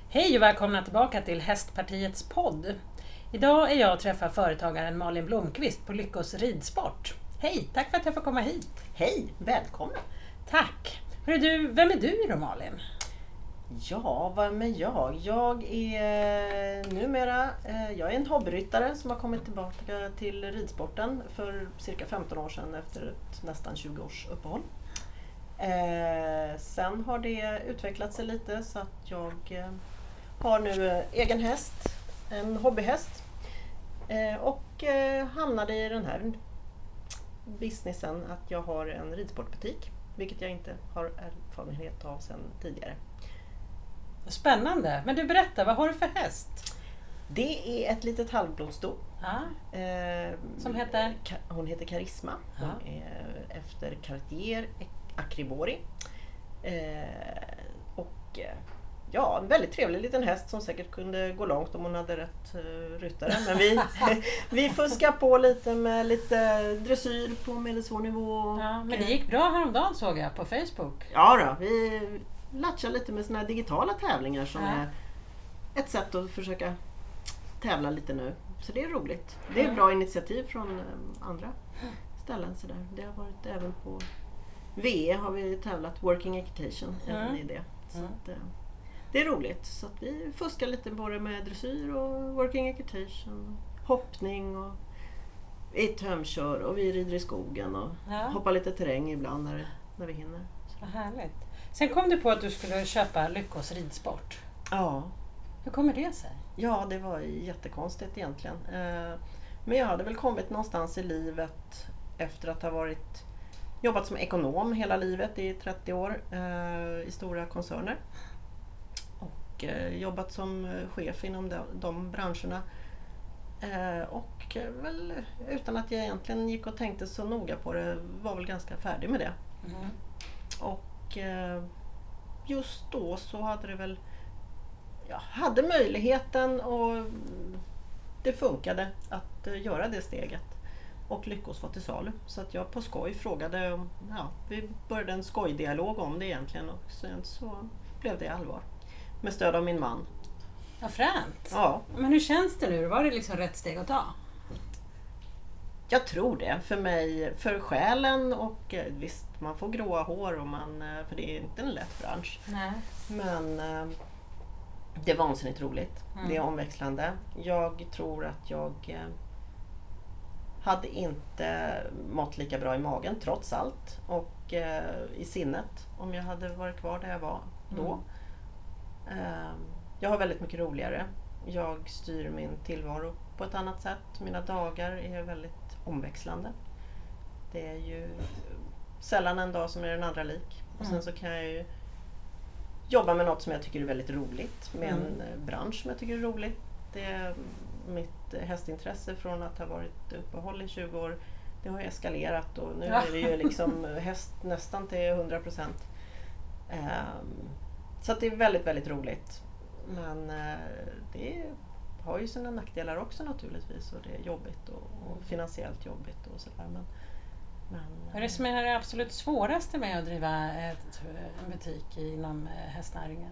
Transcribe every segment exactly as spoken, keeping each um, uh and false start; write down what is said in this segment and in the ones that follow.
Hej och välkomna tillbaka till Hästpartiets podd. Idag är jag och träffar företagaren Malin Blomqvist på Lyckos ridsport. Hej, tack för att jag får komma hit. Hej, välkommen. Tack. Hörru du, vem är du då Malin? Ja, vem är jag? Jag är numera jag är en hobbyryttare som har kommit tillbaka till ridsporten för cirka femton år sedan efter ett nästan tjugo års uppehåll. Eh, sen har det utvecklat sig lite så att jag eh, har nu egen häst, en hobbyhäst eh, och eh, hamnade i den här businessen att jag har en ridsportbutik, vilket jag inte har erfarenhet av sedan tidigare. Spännande, men du berättar, vad har du för häst? Det är ett litet halvblodsto. Ah. Eh, Som heter? Hon heter Karisma. Hon ah. är efter Cartier Akribori. Eh, och ja, en väldigt trevlig liten häst som säkert kunde gå långt om hon hade rätt uh, ryttare. Men vi, vi fuskar på lite med lite dressyr på medelsvår nivå. Ja, men det gick bra häromdagen såg jag på Facebook. Ja då, vi latchar lite med såna här digitala tävlingar som ja. är ett sätt att försöka tävla lite nu. Så det är roligt. Det är bra initiativ från um, andra ställen. Så där. Det har varit även på V E har vi tävlat Working Equitation mm. även i det. Så mm. att, uh, det är roligt. Så att vi fuskar lite både med dressyr och Working Equitation, hoppning och i tömkör och vi rider i skogen och ja. hoppar lite terräng ibland när, när vi hinner. Vad härligt. Sen kom du på att du skulle köpa Lyckos ridsport. Ja. Hur kommer det sig? Ja, det var jättekonstigt egentligen. Men jag hade väl kommit någonstans i livet efter att ha varit jobbat som ekonom hela livet i trettio år i stora koncerner. Och jobbat som chef inom de, de branscherna. Och väl utan att jag egentligen gick och tänkte så noga på det var väl ganska färdig med det. Mm. Och just då så hade det väl jag hade möjligheten och det funkade att göra det steget och Lyckos var till salu. Så att jag på skoj frågade om, ja, vi började en skojdialog om det egentligen och sen så blev det allvar. Med stöd av min man. Ja, fränt. Ja. Men hur känns det nu? Var det liksom rätt steg att ta? Jag tror det. För mig, för själen och visst, man får gråa hår och man, för det är inte en lätt bransch. Nej. Men det är vansinnigt roligt. Mm. Det är omväxlande. Jag tror att jag hade inte mått lika bra i magen trots allt. Och eh, i sinnet om jag hade varit kvar där jag var då. Mm. Eh, jag har väldigt mycket roligare. Jag styr min tillvaro på ett annat sätt. Mina dagar är väldigt omväxlande. Det är ju sällan en dag som är den andra lik. Och sen så kan jag ju jobba med något som jag tycker är väldigt roligt. Med en mm. bransch som jag tycker är roligt. Det är mitt hästintresse från att ha varit uppehåll i tjugo år. Det har eskalerat och nu är det ju liksom häst nästan till hundra procent. Um, så att det är väldigt, väldigt roligt. Men uh, det har ju sina nackdelar också naturligtvis. Och det är jobbigt och, och finansiellt jobbigt och sådär. Men, men, vad är det som är det absolut svåraste med att driva ett, en butik inom hästnäringen?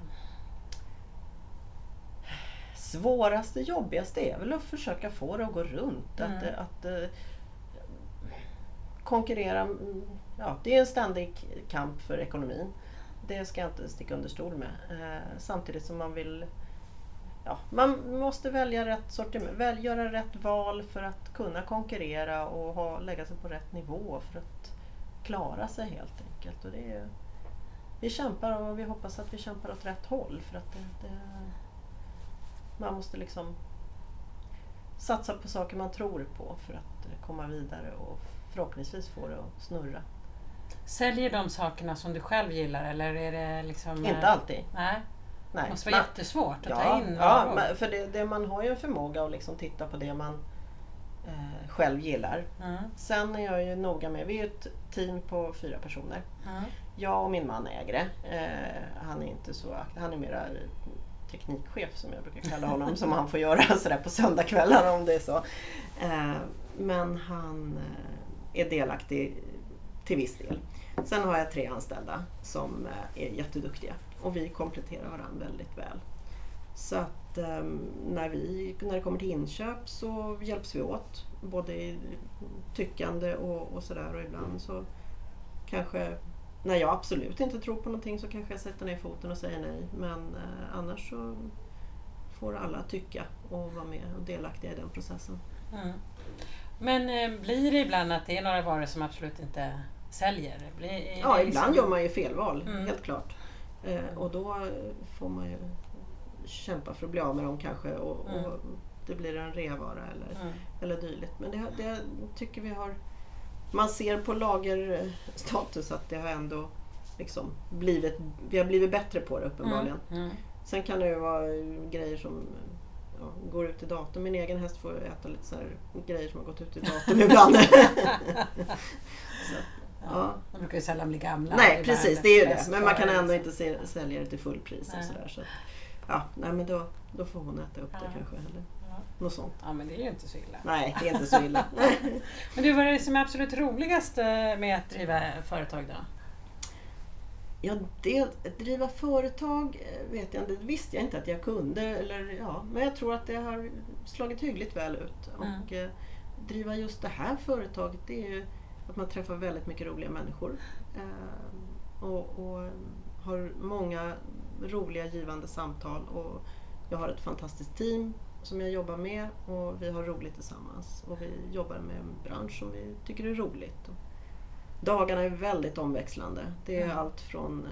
Svåraste, jobbigaste är väl att försöka få det att gå runt. Mm. Att, att uh, konkurrera, ja, det är en ständig kamp för ekonomin. Det ska jag inte sticka under stol med. Uh, samtidigt som man vill, ja, man måste välja rätt sortiment, väl, göra rätt val för att kunna konkurrera och ha, lägga sig på rätt nivå för att klara sig helt enkelt. Och det är, vi kämpar och vi hoppas att vi kämpar åt rätt håll för att det, det man måste liksom satsa på saker man tror på för att komma vidare och förhoppningsvis få det att snurra. Säljer de sakerna som du själv gillar eller är det liksom... Inte alltid. Nej. Nej. Det måste vara man, jättesvårt att ja, ta in. Ja, för det, det, man har ju en förmåga att liksom titta på det man eh, själv gillar. Mm. Sen är jag ju noga med, vi är ett team på fyra personer. Mm. Jag och min man äger det. Eh, han är inte så, han är mera teknikchef som jag brukar kalla honom som han får göra sådär på söndagskvällar om det är så. Eh, men han eh, är delaktig till viss del. Sen har jag tre anställda som är jätteduktiga och vi kompletterar varandra väldigt väl. Så att um, när, vi, när det kommer till inköp så hjälps vi åt. Både i tyckande och, och sådär. Och ibland så kanske, när jag absolut inte tror på någonting så kanske jag sätter ner foten och säger nej. Men eh, annars så får alla tycka och vara med och delaktiga i den processen. Mm. Men eh, blir det ibland att det är några varor som absolut inte säljer? Blir, är ja, det ibland liksom... gör man ju felval, mm. helt klart. Eh, och då får man ju kämpa för att bli av med dem kanske och, mm. och det blir en revara eller, mm. eller dylikt. Men det, det tycker vi har, man ser på lagerstatus att det har ändå liksom blivit, vi har blivit bättre på det uppenbarligen. Mm. Mm. Sen kan det ju vara grejer som ja, går ut i datum. Min egen häst får äta lite så här grejer som har gått ut i datum ibland. Så, ja. De brukar ju sällan bli gamla. Nej, det precis, det är ju det. Men man kan ändå inte se, sälja det till fullpris och sådär. Så, ja, nej, men då, då får hon äta upp det ja. kanske. Eller ja. något sånt. Ja, men det är ju inte så illa. Nej, det är inte så illa. Men du, vad är det som är absolut roligast med att driva företag då? Ja, det, att driva företag vet jag inte. Det visste jag inte att jag kunde. Eller, ja, men jag tror att det har slagit hyggligt väl ut. Mm. Och eh, driva just det här företaget, det är ju att man träffar väldigt mycket roliga människor. Eh, och, och har många roliga givande samtal. Och jag har ett fantastiskt team som jag jobbar med. Och vi har roligt tillsammans. Och vi jobbar med en bransch som vi tycker är roligt. Och dagarna är väldigt omväxlande. Det är mm. allt från,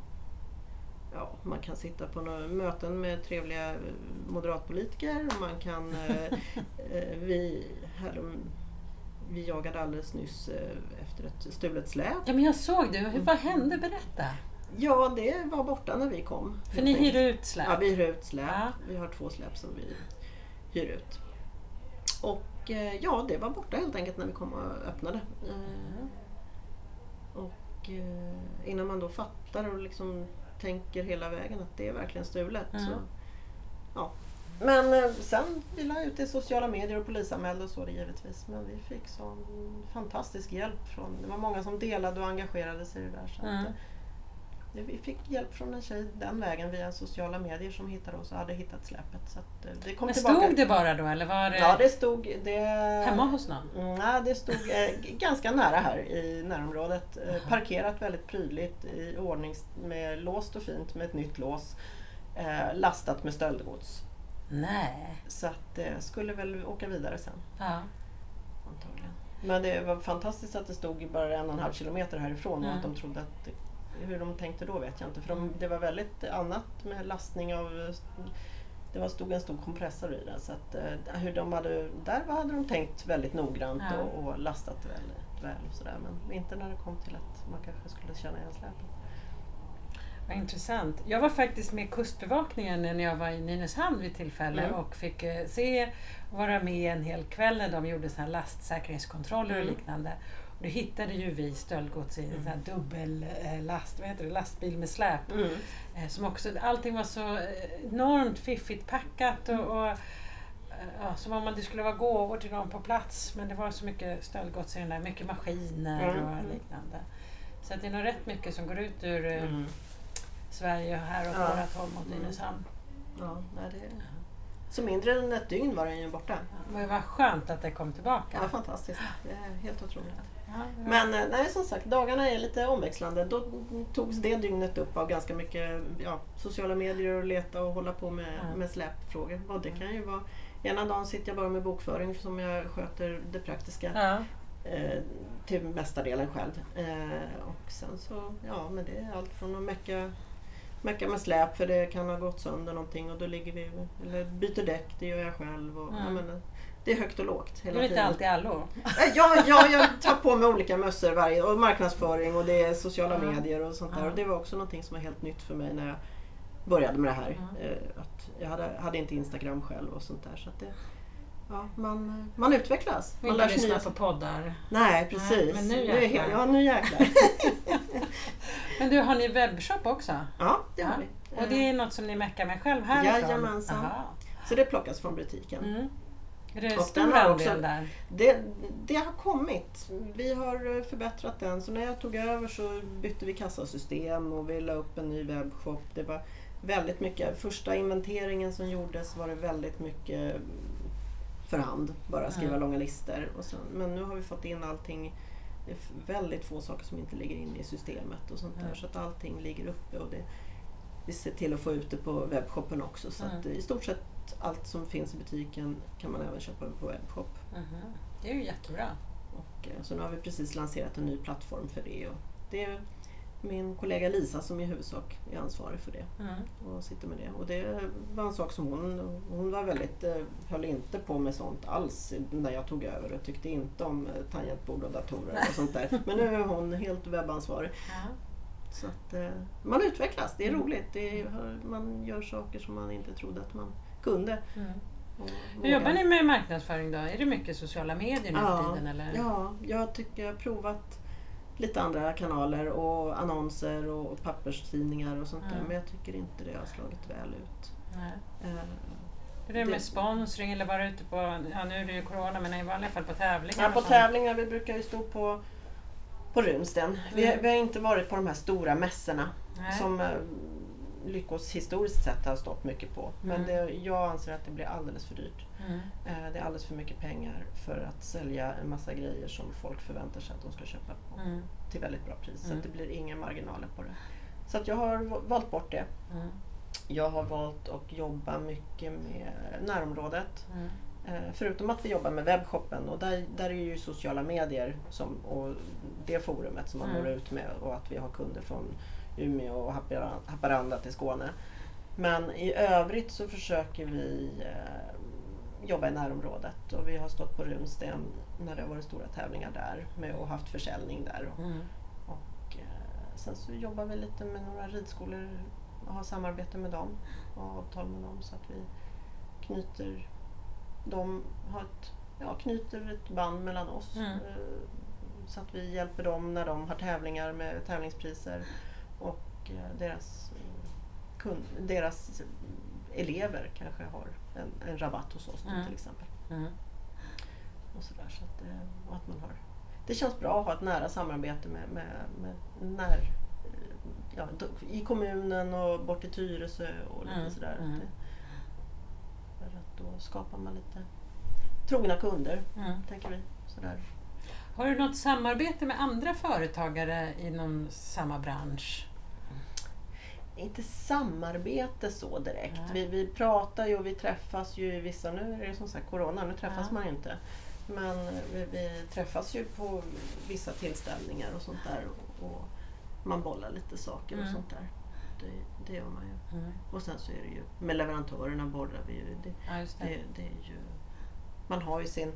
ja, man kan sitta på några möten med trevliga moderatpolitiker. Man kan, eh, vi, här, vi jagade alldeles nyss efter ett stulet släp. Ja, men jag såg det. Hur, vad hände? Berätta. Ja, det var borta när vi kom. För ni hyr ut släp? Ja, vi hyr ut släp. Ja. Vi har två släp som vi hyr ut. Och ja, det var borta helt enkelt när vi kom och öppnade. Mm. Och eh, innan man då fattar och liksom tänker hela vägen att det är verkligen stulet. Mm. Så, ja. Men eh, sen vi la ut i sociala medier och polisanmälde och så det givetvis. Men vi fick sån fantastisk hjälp. Från, det var många som delade och engagerade sig i det där. Så mm. att, eh, vi fick hjälp från en tjej den vägen via sociala medier som hittade oss och hade hittat släpet. Så att, eh, det kom Men tillbaka. Stod det bara då? Eller var det... Ja, det stod... Det... Hemma hos någon? Nej, det stod eh, ganska nära här i närområdet. Eh, parkerat väldigt prydligt i ordning med låst och fint med ett nytt lås. Eh, lastat med stöldgods. Nej. Så att det eh, skulle väl åka vidare sen. Ja. Antagligen. Men det var fantastiskt att det stod bara en och en halv kilometer härifrån mm. och att de trodde att... Hur de tänkte då vet jag inte. För de, det var väldigt annat med lastning av... Det var stod en stor kompressor i den. Så att, eh, hur de hade, där hade de tänkt väldigt noggrant ja. och, och lastat väldigt väl. Och sådär, men inte när det kom till att man kanske skulle känna igen släpet. Vad intressant. Jag var faktiskt med Kustbevakningen när jag var i Nynäshamn vid tillfälle mm. och fick eh, se vara med en hel kväll när de gjorde såna här lastsäkerhetskontroller mm. och liknande. Och då hittade ju vi stöldgods i en sån här dubbellast, vad heter det, lastbil med släp. Mm. Eh, som också, allting var så enormt fiffigt packat och, och ja, som om det skulle vara gåvor till någon på plats. Men det var så mycket stöldgods i den där, mycket maskiner mm. och liknande. Så att det är nog rätt mycket som går ut ur mm. Sverige och här och ja. på vårat håll mot Nynäshamn. Ja, nej, det är... Så mindre än ett dygn var den ju borta. Ja, det var skönt att det kom tillbaka. Ja, fantastiskt. Det är helt otroligt. Ja, ja. Men nej, som sagt, dagarna är lite omväxlande. Då togs det dygnet upp av ganska mycket ja, sociala medier och leta och hålla på med, ja. med släpfrågor. Och det kan ju vara, ena dagen sitter jag bara med bokföring som jag sköter det praktiska. Ja. Eh, till mesta delen själv. Eh, och sen så, ja men det är allt från att mecka Mecka med släp för det kan ha gått sönder någonting och då ligger vi, eller byter däck, det gör jag själv. Och, mm. jag menar, det är högt och lågt hela tiden. Du är inte alltid allo? Ja, ja, jag tar på mig olika mössor varje, och marknadsföring och det är sociala mm. medier och sånt där. Mm. Och det var också någonting som var helt nytt för mig när jag började med det här. Mm. Att jag hade, hade inte Instagram själv och sånt där. Så att det, ja, man, man utvecklas. Man lär sig lyssna på poddar. Nej, precis. Nej, men nu jäklar. Nu är, ja, nu jäklar. Men du, har ni webbshop också? Ja, det har ja. vi. Och det är något som ni mäckar med själv härifrån? Jajamensan. Så det plockas från butiken. Mm. Är det en stor andel där? Det, det har kommit. Vi har förbättrat den. Så när jag tog över så bytte vi kassasystem och vi la upp en ny webbshop. Det var väldigt mycket, första inventeringen som gjordes var det väldigt mycket för hand, bara skriva mm. långa listor. Och så, men nu har vi fått in allting, det är väldigt få saker som inte ligger inne i systemet och sånt där, mm. så att allting ligger uppe och det, vi ser till att få ut det på webbshoppen också. Så mm. att i stort sett allt som finns i butiken kan man även köpa på webbshop. Mm. Det är ju jättebra. Och, så nu har vi precis lanserat en ny plattform för det. Och det är min kollega Lisa som i huvudsak är ansvarig för det. Mm. Och sitter med det. Och det var en sak som hon, hon var väldigt, höll inte på med sånt alls när jag tog över och tyckte inte om tangentbord och datorer och sånt där. Men nu är hon helt webbansvarig. Mm. Så att man utvecklas, det är roligt. Det är, man gör saker som man inte trodde att man kunde. Mm. Hur jobbar ni med marknadsföring då? Är det mycket sociala medier nu ja, för tiden? Eller? Ja, jag tycker jag har provat lite andra kanaler och annonser och papperstidningar och sånt mm. där. Men jag tycker inte det har slagit väl ut. Nej. Uh, Hur är det med det, sponsring eller bara ute på, ja nu är det ju corona men i varje fall på tävlingar? Ja, på tävlingar, vi brukar ju stå på, på Runsten. Mm. Vi, vi har inte varit på de här stora mässorna Nej. som uh, Lyckos historiskt sett har stått mycket på. Men mm. det, jag anser att det blir alldeles för dyrt. Mm. Eh, det är alldeles för mycket pengar för att sälja en massa grejer som folk förväntar sig att de ska köpa på, mm. till väldigt bra pris. Mm. Så att det blir inga marginaler på det. Så att jag har valt bort det. Mm. Jag har valt att jobba mycket med närområdet. Mm. Eh, förutom att vi jobbar med webbshoppen och där, där är ju sociala medier som, och det forumet som man mm. når ut med och att vi har kunder från Umeå och Haparanda till Skåne. Men i övrigt så försöker vi eh, jobba i närområdet och vi har stått på Runsten när det har varit stora tävlingar där med och haft försäljning där. Och, mm. och eh, sen så jobbar vi lite med några ridskolor och har samarbete med dem och avtal med dem så att vi knyter de har ett, ja, knyter ett band mellan oss mm. eh, så att vi hjälper dem när de har tävlingar med tävlingspriser. Och deras, kund, deras elever kanske har en, en rabatt hos oss mm. till exempel. Mm. Och så där, så att, och att man har, det känns bra att ha ett nära samarbete med, med, med när, ja, i kommunen och bort i Tyresö och lite mm. sådär. Mm. För att då skapar man lite trogna kunder, mm. tänker vi. Sådär. Har du något samarbete med andra företagare inom samma bransch? Inte samarbete så direkt. Vi, vi pratar ju och vi träffas ju i vissa, nu är det som sagt corona, nu träffas ja. man inte. Men vi, vi träffas ju på vissa tillställningar och sånt där och, och man bollar lite saker mm. och sånt där. Det, det gör man ju. Mm. Och sen så är det ju, med leverantörerna bollar vi ju. Det, ja, just det. Det, det är ju, man har ju sin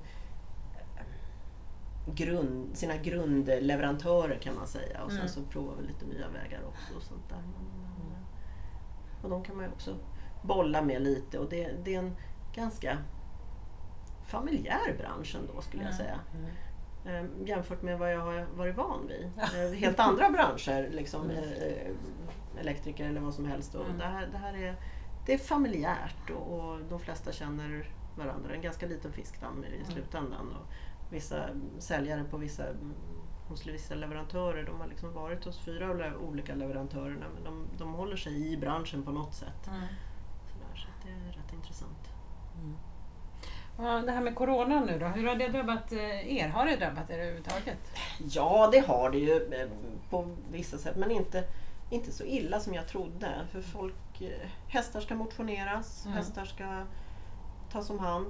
grund, sina grundleverantörer kan man säga och sen mm. så provar vi lite nya vägar också och sånt där. Men, mm. och de kan man ju också bolla med lite och det, det är en ganska familjär bransch ändå skulle jag säga. Mm. Mm. Jämfört med vad jag har varit van vid. Helt andra branscher, liksom mm. elektriker eller vad som helst. Och mm. det, här, det här är, det är familjärt och, och de flesta känner varandra. En ganska liten fiskdamm i slutändan. Och vissa säljare på vissa, hos vissa leverantörer, de har liksom varit hos fyra olika leverantörerna men de, de håller sig i branschen på något sätt. Mm. Sådär, så det är rätt intressant. Mm. Ja, det här med corona nu då, hur har det drabbat er? Har det drabbat er överhuvudtaget? Ja, det har det ju på vissa sätt men inte, inte så illa som jag trodde. För folk, hästar ska motioneras, mm. hästar ska tas om hand.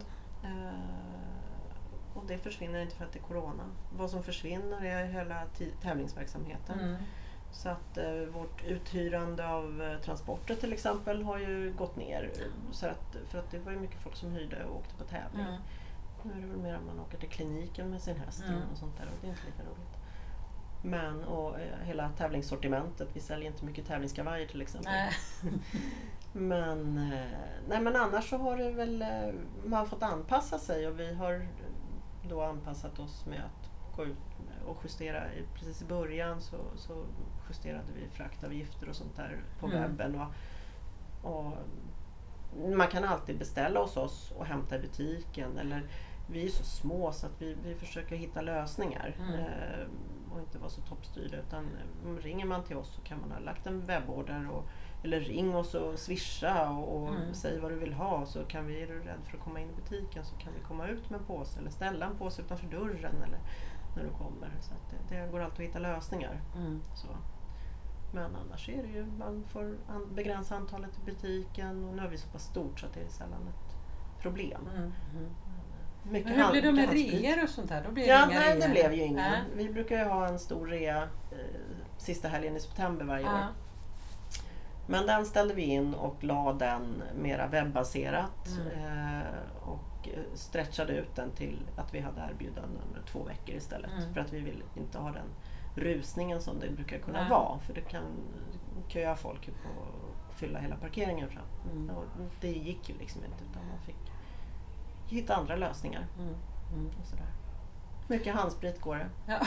Och det försvinner inte för att det är corona. Vad som försvinner är hela t- tävlingsverksamheten. Mm. Så att eh, vårt uthyrande av eh, transporter till exempel har ju gått ner. Så att, för att det var ju mycket folk som hyrde och åkte på tävling. Mm. Nu är det väl mer att man åker till kliniken med sin häst mm. och sånt där. Och det är inte lika roligt. Men och eh, hela tävlingssortimentet. Vi säljer inte mycket tävlingskavajer till exempel. Nej. men, eh, nej, men annars så har det väl eh, man har fått anpassa sig och vi har då anpassat oss med att gå ut och justera. Precis i början så, så justerade vi fraktavgifter och sånt där på mm. webben. Och, och man kan alltid beställa hos oss och hämta i butiken. Eller, vi är så små så att vi, vi försöker hitta lösningar. Mm. Eh, och inte vara så toppstyrda. Utan ringer man till oss så kan man ha lagt en webborder och eller ring oss och swisha och, och Mm. säg vad du vill ha, så kan vi, är du rädd för att komma in i butiken så kan vi komma ut med en påse eller ställa en påse utanför dörren eller när du kommer. Så att det, det går alltid att hitta lösningar. Mm. Så. Men annars är det ju, man får an, begränsa antalet i butiken, och nu är vi så pass stort så att det är sällan ett problem. Mm. Mm. Mycket Men hur hand- blir det med handsprit. reor och sånt där? Då blir Ja, det inga nej, det reor. blev ju inga. Nej. Vi brukar ju ha en stor rea eh, sista helgen i september varje Ja. år. Men den ställde vi in och la den mera webbaserat Mm. eh, och stretchade ut den till att vi hade erbjudanden under två veckor istället. Mm. För att vi vill inte ha den rusningen som det brukar kunna Nej. vara. För det kan köa folk på att fylla hela parkeringen fram. Mm. Och det gick ju liksom inte, utan man fick hitta andra lösningar. Mm. Mm. Och sådär. Mycket handsprit går det. Ja.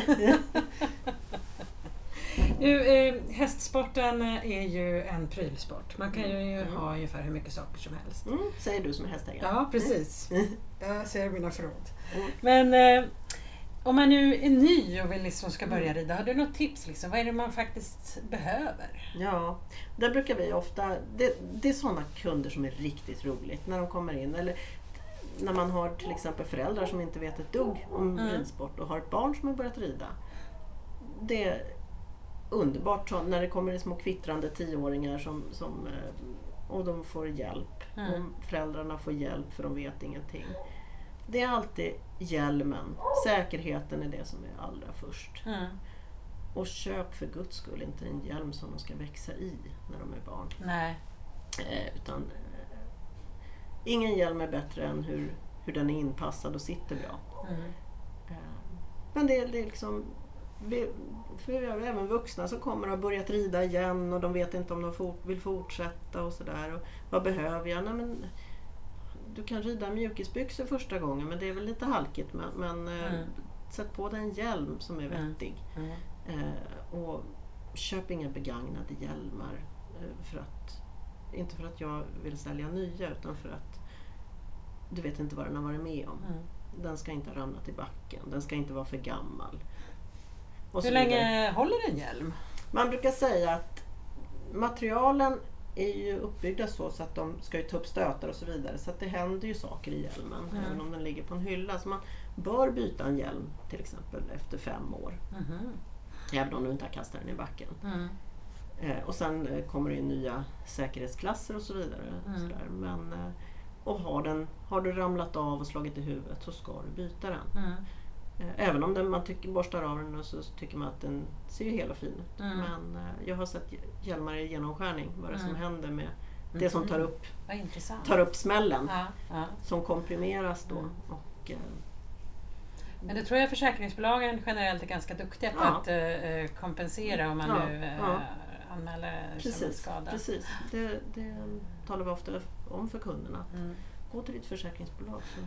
Nu, eh, hästsporten är ju en prylsport. Man kan ju Mm. ha ungefär hur mycket saker som helst. Mm, säger du som är hästägare. Ja, precis. Jag ser mina förråd. Mm. Men eh, om man nu är ny och vill liksom ska börja rida, har du något tips? Liksom? Vad är det man faktiskt behöver? Ja, där brukar vi ofta, det, det är sådana kunder som är riktigt roligt när de kommer in. Eller när man har till exempel föräldrar som inte vet ett dugg om Mm. ridsport och har ett barn som har börjat rida. Det är underbart så, när det kommer små kvittrande tioåringar som, som, eh, och de får hjälp. Mm. Och föräldrarna får hjälp för de vet ingenting. Det är alltid hjälmen. Säkerheten är det som är allra först. Mm. Och köp för Guds skull inte en hjälm som de ska växa i när de är barn. Nej. Eh, utan eh, ingen hjälm är bättre än hur, hur den är inpassad och sitter bra. Mm. Eh, men det är, det är liksom, vi, för vi har även vuxna som kommer och har börjat rida igen och de vet inte om de fort, vill fortsätta och sådär. Och vad behöver jag? Nej, men, du kan rida mjukisbyxor första gången, men det är väl lite halkigt. Men, men eh, Mm. sätt på dig en hjälm som är Mm. vettig. Mm. Eh, och köp inga begagnade hjälmar. Eh, för att, inte för att jag vill sälja nya, utan för att du vet inte vad den har varit med om. Mm. Den ska inte ha ramlat i backen. Den ska inte vara för gammal. Och Hur så vidare. länge håller en hjälm? Man brukar säga att materialen är ju uppbyggda så, så att de ska ju ta upp stötar och så vidare. Så att det händer ju saker i hjälmen, Mm. även om den ligger på en hylla. Så man bör byta en hjälm till exempel efter fem år. Mhm. Även om du inte har kastat den i backen. Mm. Eh, och sen eh, kommer det ju nya säkerhetsklasser och så vidare. Mm. Sådär. Men, eh, och har, den, har du ramlat av och slagit i huvudet så ska du byta den. Mm. Eh, även om den, man tycker, borstar av den och så tycker man att den ser ju hel och fin ut. Mm. Men eh, jag har sett hjälmar i genomskärning. Vad det är som Mm. händer med det som tar upp, Vad intressant. tar upp smällen. Ja, ja. Som komprimeras då. Mm. Och, eh, Men det tror jag försäkringsbolagen generellt är ganska duktiga på Ja. att eh, kompensera om man Ja, nu eh, ja. anmäler som en precis, skada. precis. Det, det talar vi ofta om för kunderna. Att Mm. gå till ditt försäkringsbolag så,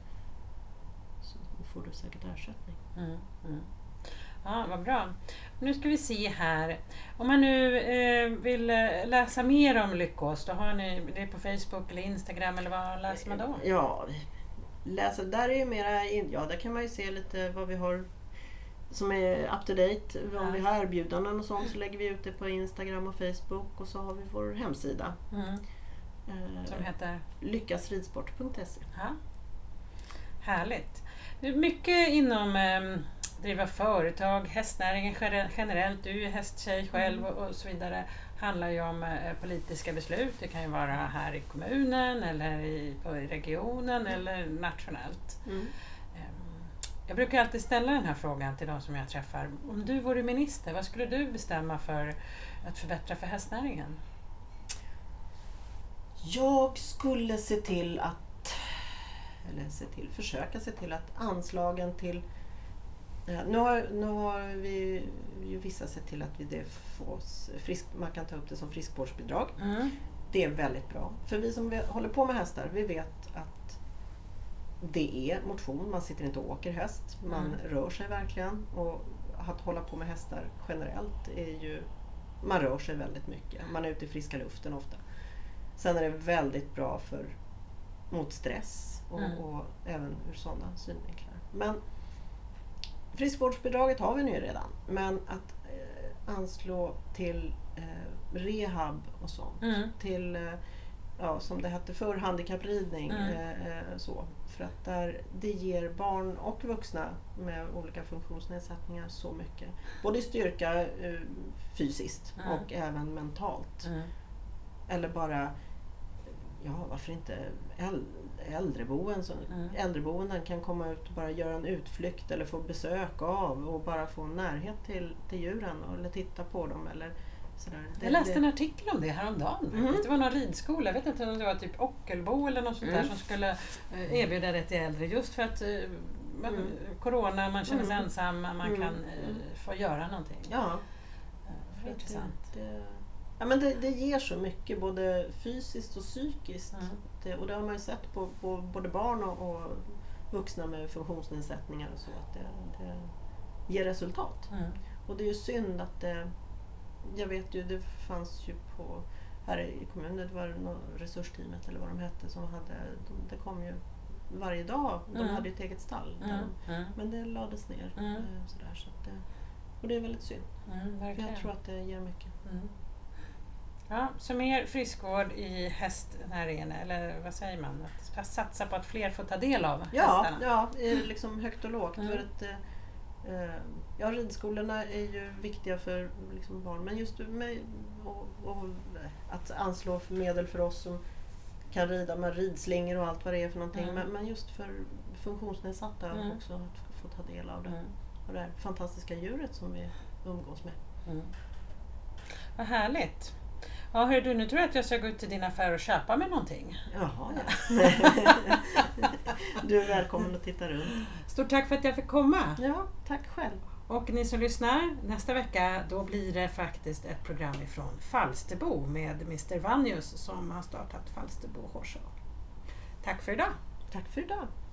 så får du säkert ersättning. Mm. Mm. Ja, vad bra. Nu ska vi se här. Om man nu eh, vill eh, läsa mer om Lyckos, då har ni det på Facebook eller Instagram, eller vad läser man då? Ja, läsa, där är ju mera, in, ja där kan man ju se lite vad vi har som är up to date. Om Ja. vi har erbjudanden och sånt så lägger vi ut det på Instagram och Facebook, och så har vi vår hemsida. Mm. Eh, Som heter? lyckasridsport punkt se. Ja. Härligt. Det är mycket inom eh, driva företag, hästnäringen gener- generellt, du är hästtjej själv och, och så vidare, handlar ju om eh, politiska beslut. Det kan ju vara här i kommunen eller i, på regionen eller nationellt. Mm. Ehm, Jag brukar alltid ställa den här frågan till de som jag träffar. Om du vore minister, vad skulle du bestämma för att förbättra för hästnäringen? Jag skulle se till att, eller se till, försöka se till att anslagen till, eh, nu har, nu har vi ju vissa sett till att vi det fås, frisk, man kan ta upp det som friskvårdsbidrag. Mm. Det är väldigt bra. För vi som håller på med hästar, vi vet att det är motion, man sitter inte och åker häst, man Mm. rör sig verkligen. Och att hålla på med hästar generellt är ju, man rör sig väldigt mycket. Man är ute i friska luften ofta. Sen är det väldigt bra för, mot stress och, Mm. och även ur sådana synvinklar. Men friskvårdsbidraget har vi nu redan. Men att eh, anslå till eh, rehab och sånt. Mm. Till, eh, ja, som det hette förr, handikappridning. Mm. Eh, eh, så. För att där, det ger barn och vuxna med olika funktionsnedsättningar så mycket. Både i styrka eh, fysiskt Mm. och även mentalt. Mm. Eller bara, ja varför inte äl- äldreboenden, så, Mm. äldreboenden kan komma ut och bara göra en utflykt eller få besök av och bara få närhet till, till djuren eller titta på dem eller sådär. Det, Jag läste det, en artikel om det häromdagen. Mm. Det var någon ridskola, jag vet inte om det var typ Ockelbo eller något sånt Mm. där som skulle eh, erbjuda det till äldre just för att eh, man, Mm. corona, man känner sig Mm. ensam, man Mm. kan eh, få göra någonting. ja, Eh, för att intressant. Det, det, ja, men det, det ger så mycket både fysiskt och psykiskt. Mm. Det, och det har man ju sett på, på både barn och, och vuxna med funktionsnedsättningar och så att det, det ger resultat. Mm. Och det är ju synd att det, jag vet ju, det fanns ju på, här i kommunen, det var något resursteamet eller vad de hette som hade, de, det kom ju varje dag, de Mm. hade ju ett eget stall. där Mm. de- Mm. Men det lades ner. Mm. eh, Sådär, så att det, och det är väldigt synd. Mm, För verkligen. jag tror att det ger mycket. Mm. Ja, så mer friskvård i hästnäringen, eller vad säger man? Att satsa på att fler får ta del av Ja, hästarna. ja eh, liksom högt och lågt. Mm. För att, eh, eh, ja, ridskolorna är ju viktiga för liksom, barn, men just med, och, och, att anslå för medel för oss som kan rida med ridslingor och allt vad det är för någonting. Mm. Men, men just för funktionsnedsatta Mm. också att få ta del av det. Mm. Och det här fantastiska djuret som vi umgås med. Mm. Vad härligt. Ja, hör du, nu tror jag att jag ska gå ut till din affär och köpa mig någonting. Jaha, ja. Du är välkommen att titta runt. Stort tack för att jag fick komma. Ja, tack själv. Och ni som lyssnar, nästa vecka då blir det faktiskt ett program ifrån Falsterbo med mister Vanjus som har startat Falsterbo Horse Show. Tack för idag. Tack för idag.